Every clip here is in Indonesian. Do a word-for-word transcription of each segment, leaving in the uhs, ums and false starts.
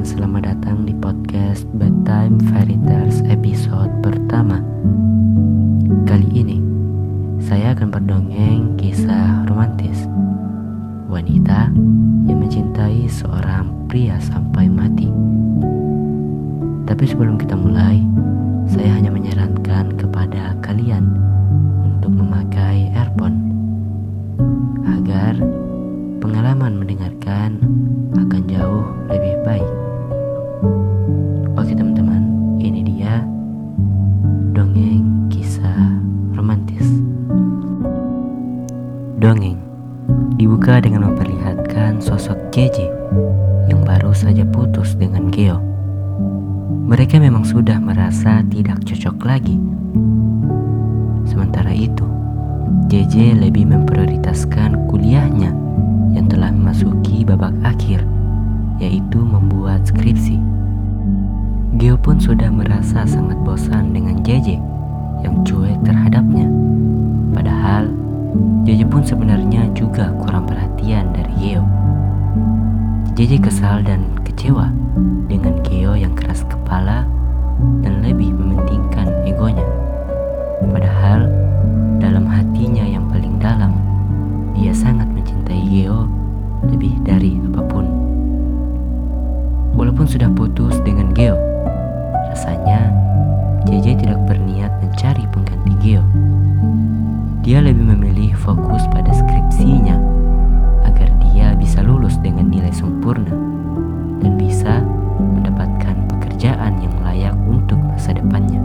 teman-teman, selamat datang di podcast Bedtime Fairy Tales episode pertama. Kali ini saya akan berdongeng kisah romantis wanita yang mencintai seorang pria sampai mati. Tapi sebelum kita mulai, saya hanya menyarankan kepada kalian untuk memakai earphone agar pengalaman mendengarkan akan jauh lebih baik. Oke teman-teman, ini dia dongeng kisah romantis. Dongeng dibuka dengan memperlihatkan sosok J J yang baru saja putus dengan Geo. Mereka memang sudah merasa tidak cocok lagi. Sementara itu, J J lebih memprioritaskan kuliahnya yang telah memasuki babak akhir, yaitu membuat skripsi. Geo pun sudah merasa sangat bosan dengan J J yang cuek terhadapnya. Padahal J J pun sebenarnya juga kurang perhatian dari Geo. J J kesal dan kecewa dengan Geo yang keras kepala dan lebih mementingkan egonya. Padahal dalam hatinya yang paling dalam, dia sangat mencintai Geo lebih dari apapun. Walaupun sudah putus dengan Geo, rasanya J J tidak berniat mencari pengganti Geo. Dia lebih memilih fokus pada skripsinya agar dia bisa lulus dengan nilai sempurna dan bisa mendapatkan pekerjaan yang layak untuk masa depannya.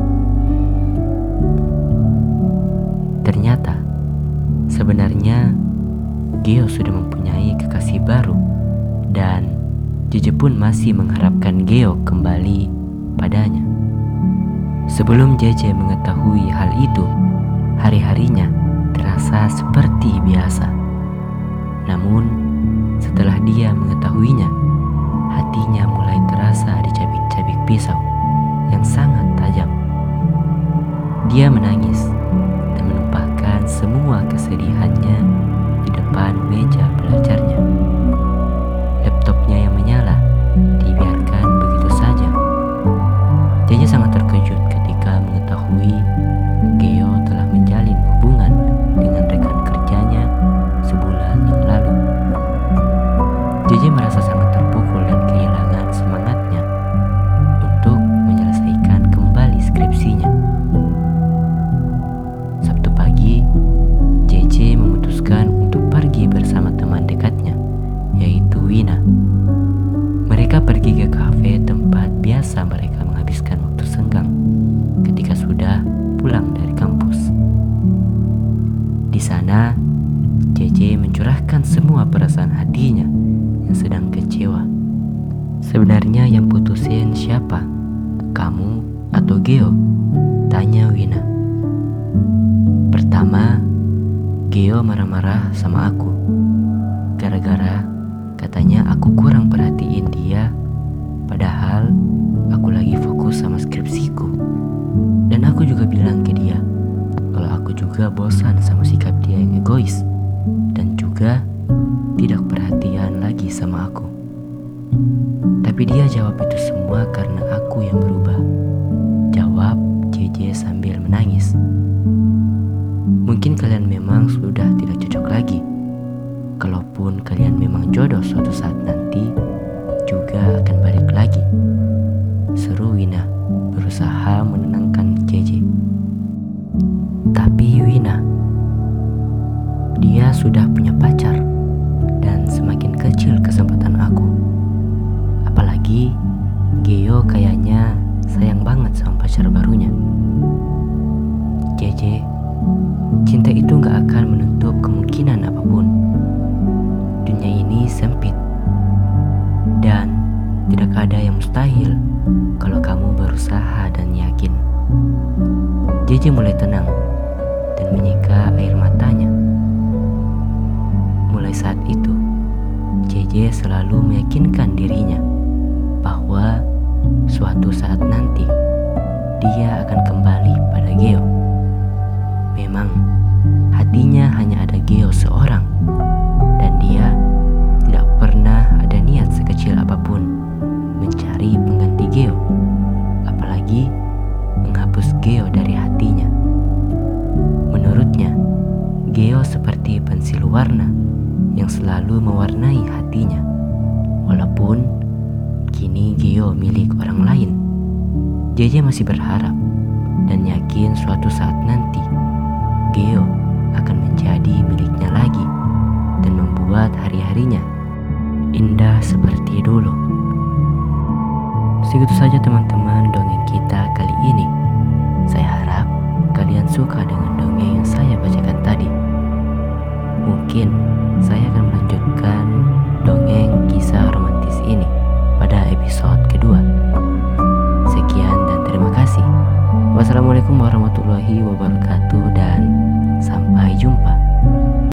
Ternyata sebenarnya Geo sudah mempunyai kekasih baru dan J J pun masih mengharapkan Geo kembali padanya. Sebelum J J mengetahui hal itu, hari-harinya terasa seperti biasa. Namun setelah dia mengetahuinya, hatinya mulai terasa dicabik-cabik pisau yang sangat tajam. Dia menangis dan menumpahkan semua kesedihannya di depan meja belajarnya. Laptopnya yang menyala dibiarkan begitu saja. J J sangat terkejut ketika mengetahui Geo telah menjalin hubungan dengan rekan kerjanya sebulan yang lalu. J J merasa sangat terpukul dan kehilangan semangatnya untuk menyelesaikan kembali skripsinya. Sabtu pagi, J J memutuskan untuk pergi bersama teman dekatnya, yaitu Wina. Mereka pergi ke kafe tempat biasa mereka menghabiskan waktu senggang ketika sudah pulang dari kampus. Di sana, J J mencurahkan semua perasaan hatinya yang sedang kecewa. Sebenarnya yang putusin siapa? Kamu atau Geo? Tanya Wina. Pertama, Geo marah-marah sama aku. Gara-gara katanya aku kurang perhatiin dia, padahal aku lagi fokus sama skripsiku. Dan aku juga bilang ke dia kalau aku juga bosan sama sikap dia yang egois dan juga tidak perhatian lagi sama aku. Tapi dia jawab itu semua karena aku yang berubah, jawab J J sambil menangis. Mungkin kalian memang sudah tidak cocok lagi. Kalaupun kalian memang jodoh, suatu saat nanti juga akan balik lagi, seru Wina berusaha menenangkan J J. Tapi Wina, dia sudah punya pacar dan semakin kecil kesempatan aku. Apalagi Geo kayaknya sayang banget sama pacar barunya. J J, cinta itu gak akan menutup kemungkinan apapun. Dunia ini sempit dan tidak ada yang mustahil kalau kamu berusaha dan yakin. J J mulai tenang dan menyeka air matanya. Mulai saat itu, J J selalu meyakinkan dirinya bahwa suatu saat nanti dia akan kembali pada Geo. Memang hatinya hanya ada Geo seorang, dan dia tidak pernah ada niat sekecil apapun mencari Geo milik orang lain. Jeje masih berharap dan yakin suatu saat nanti Geo akan menjadi miliknya lagi dan membuat hari-harinya indah seperti dulu. Segitu saja teman-teman dongeng kita kali ini. Saya harap kalian suka dengan dongeng yang saya bacakan tadi. Mungkin saya akan melanjutkan dongeng kisah romantis ini pada episode kedua. Sekian dan terima kasih. Wassalamualaikum warahmatullahi wabarakatuh dan sampai jumpa.